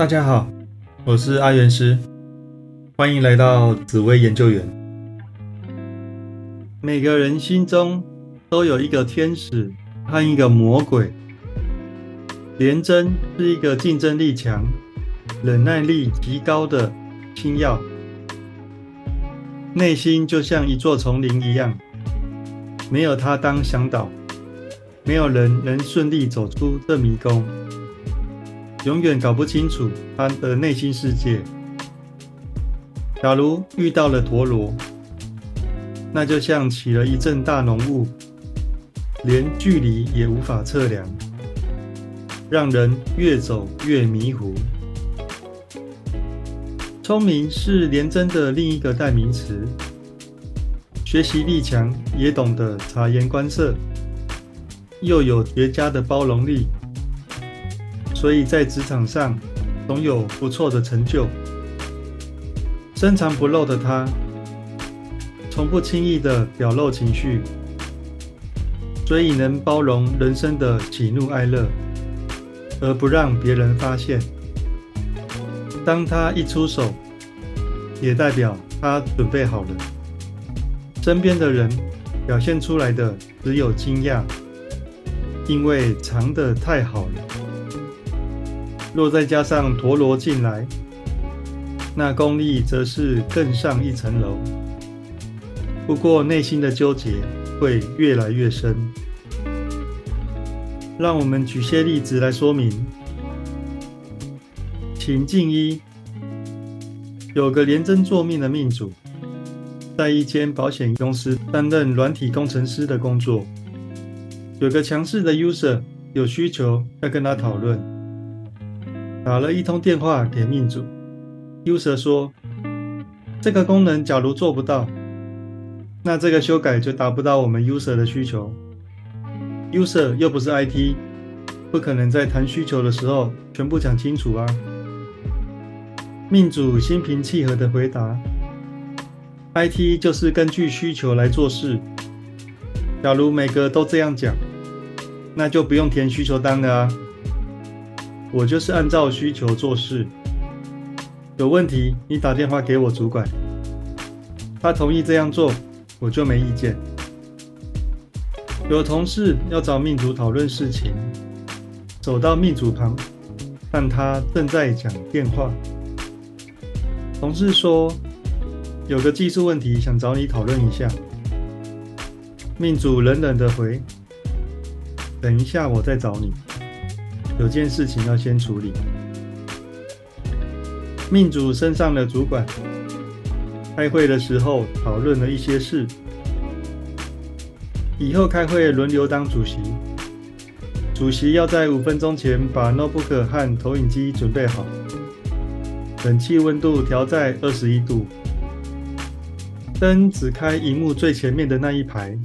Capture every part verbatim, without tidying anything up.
大家好，我是阿元师，欢迎来到紫微研究员。每个人心中都有一个天使和一个魔鬼。廉贞是一个竞争力强、忍耐力极高的星曜，内心就像一座丛林一样，没有他当向导，没有人能顺利走出这迷宫，永远搞不清楚他的内心世界。假如遇到了陀螺，那就像起了一阵大浓雾，连距离也无法测量，让人越走越迷糊。聪明是廉贞的另一个代名词，学习力强，也懂得察言观色，又有绝佳的包容力，所以在职场上总有不错的成就。深藏不露的他，从不轻易地表露情绪，所以能包容人生的喜怒哀乐，而不让别人发现。当他一出手，也代表他准备好了。身边的人表现出来的只有惊讶，因为藏得太好了。若再加上陀螺进来，那功力则是更上一层楼。不过内心的纠结会越来越深。让我们举些例子来说明。情境一，有个廉贞坐命的命主，在一间保险公司担任软体工程师的工作。有个强势的 user 有需求要跟他讨论，打了一通电话给命主。user 说，这个功能假如做不到，那这个修改就达不到我们 user 的需求。user 又不是 I T， 不可能在谈需求的时候全部讲清楚啊。命主心平气和地回答， I T 就是根据需求来做事，假如每个都这样讲，那就不用填需求单了啊。我就是按照需求做事，有问题你打电话给我主管，他同意这样做，我就没意见。有同事要找命主讨论事情，走到命主旁，但他正在讲电话。同事说，有个技术问题想找你讨论一下。命主冷冷地回，等一下我再找你，有件事情要先处理。命主升上了主管，开会的时候讨论了一些事，以后开会轮流当主席，主席要在五分钟前把 notebook 和投影机准备好，冷气温度调在二十一度，灯只开萤幕最前面的那一排。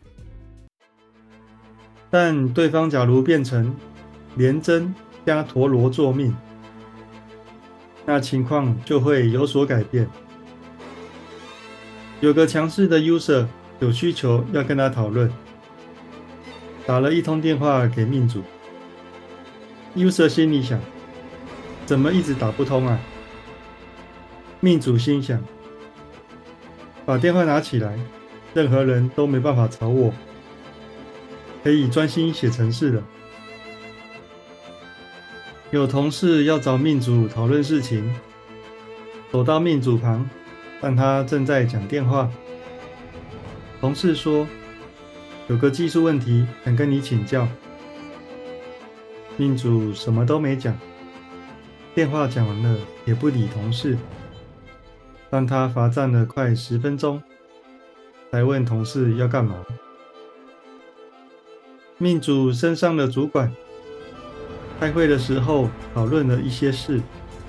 但对方假如变成廉贞加陀螺坐命，那情况就会有所改变。有个强势的 user 有需求要跟他讨论，打了一通电话给命主。user 心里想，怎么一直打不通啊？命主心想，把电话拿起来，任何人都没办法吵我，可以专心写程式了。有同事要找命主讨论事情，走到命主旁，但他正在讲电话。同事说，有个技术问题想跟你请教。命主什么都没讲，电话讲完了也不理同事，让他罚站了快十分钟，才问同事要干嘛。命主升上了主管，开会的时候讨论了一些事，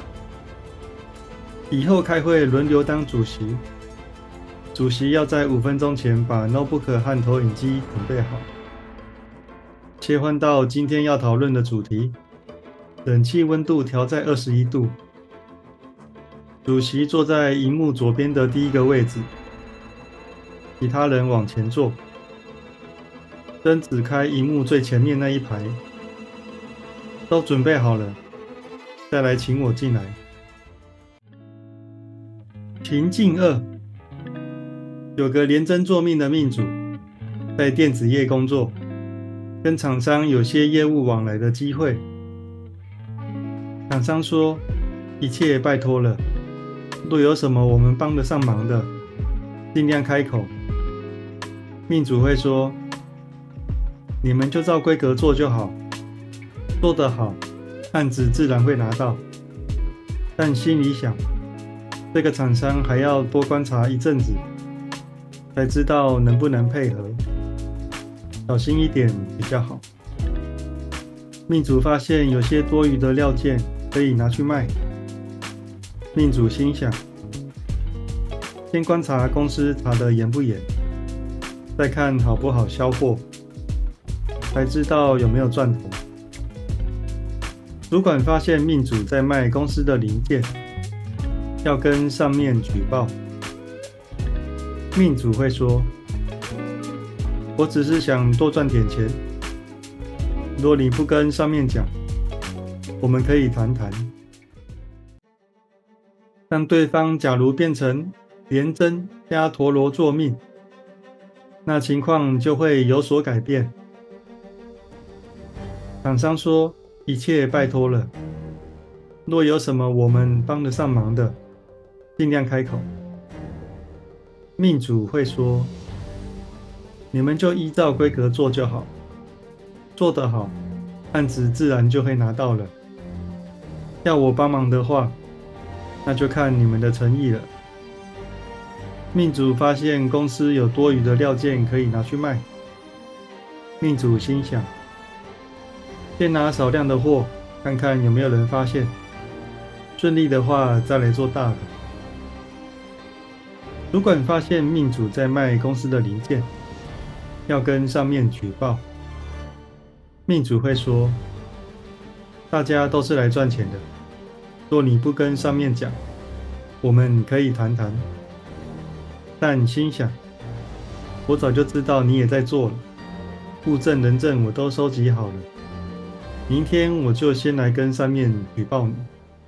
以后开会轮流当主席，主席要在五分钟前把 notebook 和投影机准备好。切换到今天要讨论的主题，冷气温度调在二十一度。主席坐在萤幕左边的第一个位置，其他人往前坐，灯只开萤幕最前面那一排。都准备好了， 再来请我进来。情境二，有个连针作命的命主，在电子业工作，跟厂商有些业务往来的机会。厂商说，一切拜托了，若有什么我们帮得上忙的，尽量开口。命主会说，你们就照规格做就好，做得好，案子自然会拿到。但心里想，这个厂商还要多观察一阵子，才知道能不能配合，小心一点比较好。命主发现有些多余的料件可以拿去卖，命主心想，先观察公司查得严不严，再看好不好销货，才知道有没有赚头。主管发现命主在卖公司的零件，要跟上面举报。命主会说，我只是想多赚点钱，若你不跟上面讲，我们可以谈谈。但对方假如变成连针加陀螺做命，那情况就会有所改变。厂商说，一切拜托了，若有什么我们帮得上忙的，尽量开口。命主会说，你们就依照规格做就好，做得好，案子自然就会拿到了。要我帮忙的话，那就看你们的诚意了。命主发现公司有多余的料件可以拿去卖，命主心想，先拿少量的货，看看有没有人发现，顺利的话再来做大的。主管发现命主在卖公司的零件，要跟上面举报。命主会说，大家都是来赚钱的，若你不跟上面讲，我们可以谈谈。但心想，我早就知道你也在做了，物证人证我都收集好了，明天我就先来跟上面举报你。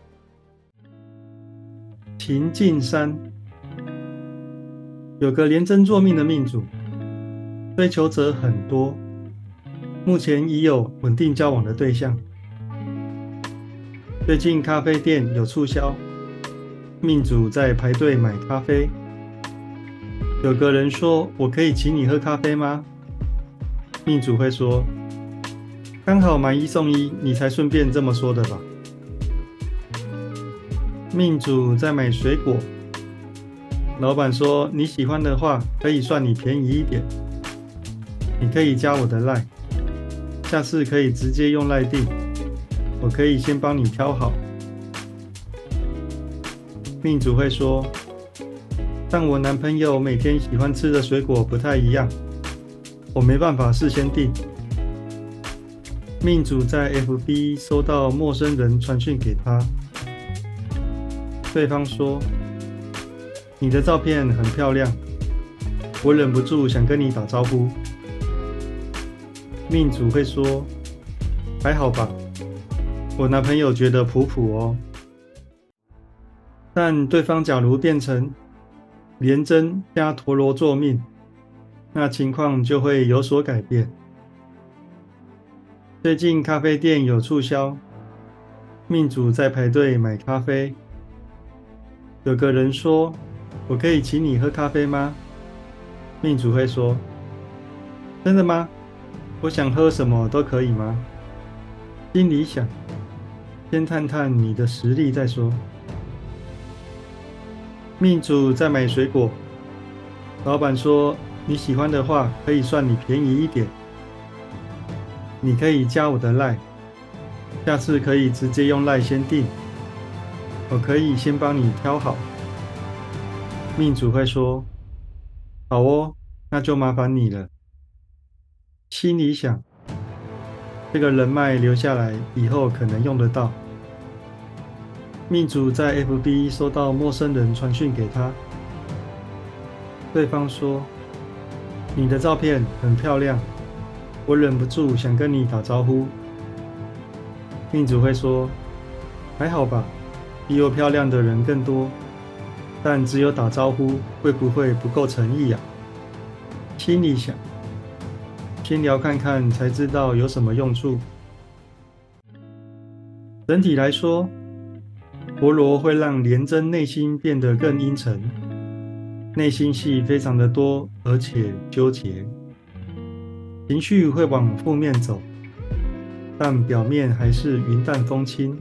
情境三，有个连针作命的命主，追求者很多，目前已有稳定交往的对象。最近咖啡店有促销，命主在排队买咖啡。有个人说，我可以请你喝咖啡吗？命主会说，刚好买一送一，你才顺便这么说的吧。命主在买水果，老板说，你喜欢的话可以算你便宜一点，你可以加我的 LINE， 下次可以直接用 LINE 订，我可以先帮你挑好。命主会说，但我男朋友每天喜欢吃的水果不太一样，我没办法事先订。命主在 F B 收到陌生人传讯给他，对方说，你的照片很漂亮，我忍不住想跟你打招呼。命主会说，还好吧，我男朋友觉得普普哦。但对方假如变成连针加陀螺做命，那情况就会有所改变。最近咖啡店有促销，命主在排队买咖啡。有个人说，我可以请你喝咖啡吗？命主会说，真的吗？我想喝什么都可以吗？心里想，先探探你的实力再说。命主在买水果，老板说，你喜欢的话可以算你便宜一点，你可以加我的 LINE， 下次可以直接用 LINE 先订，我可以先帮你挑好。命主会说，好哦，那就麻烦你了。心里想，这个人脉留下来以后可能用得到。命主在 F B 收到陌生人传讯给他，对方说，你的照片很漂亮，我忍不住想跟你打招呼。命主会说， 还好吧，比我漂亮的人更多，但只有打招呼，会不会不够诚意啊？心里想，先聊看看才知道有什么用处。整体来说，陀螺会让廉贞内心变得更阴沉，内心戏非常的多，而且纠结，情绪会往负面走，但表面还是云淡风轻。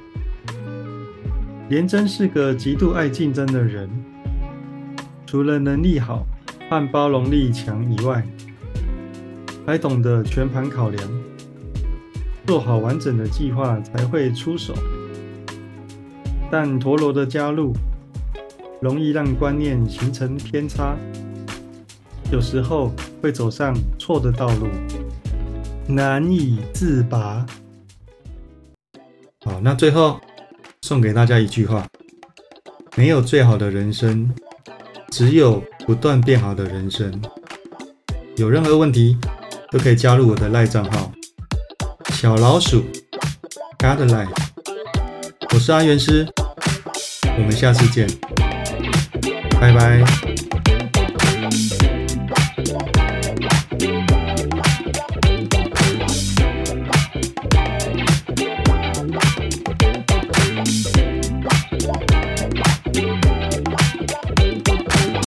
廉贞是个极度爱竞争的人，除了能力好和包容力强以外，还懂得全盘考量，做好完整的计划才会出手。但陀螺的加入容易让观念形成偏差，有时候会走上错的道路，难以自拔。好，那最后送给大家一句话：没有最好的人生，只有不断变好的人生。有任何问题都可以加入我的 LINE 账号小老鼠 Godlife， 我是阿元师，我们下次见，拜拜。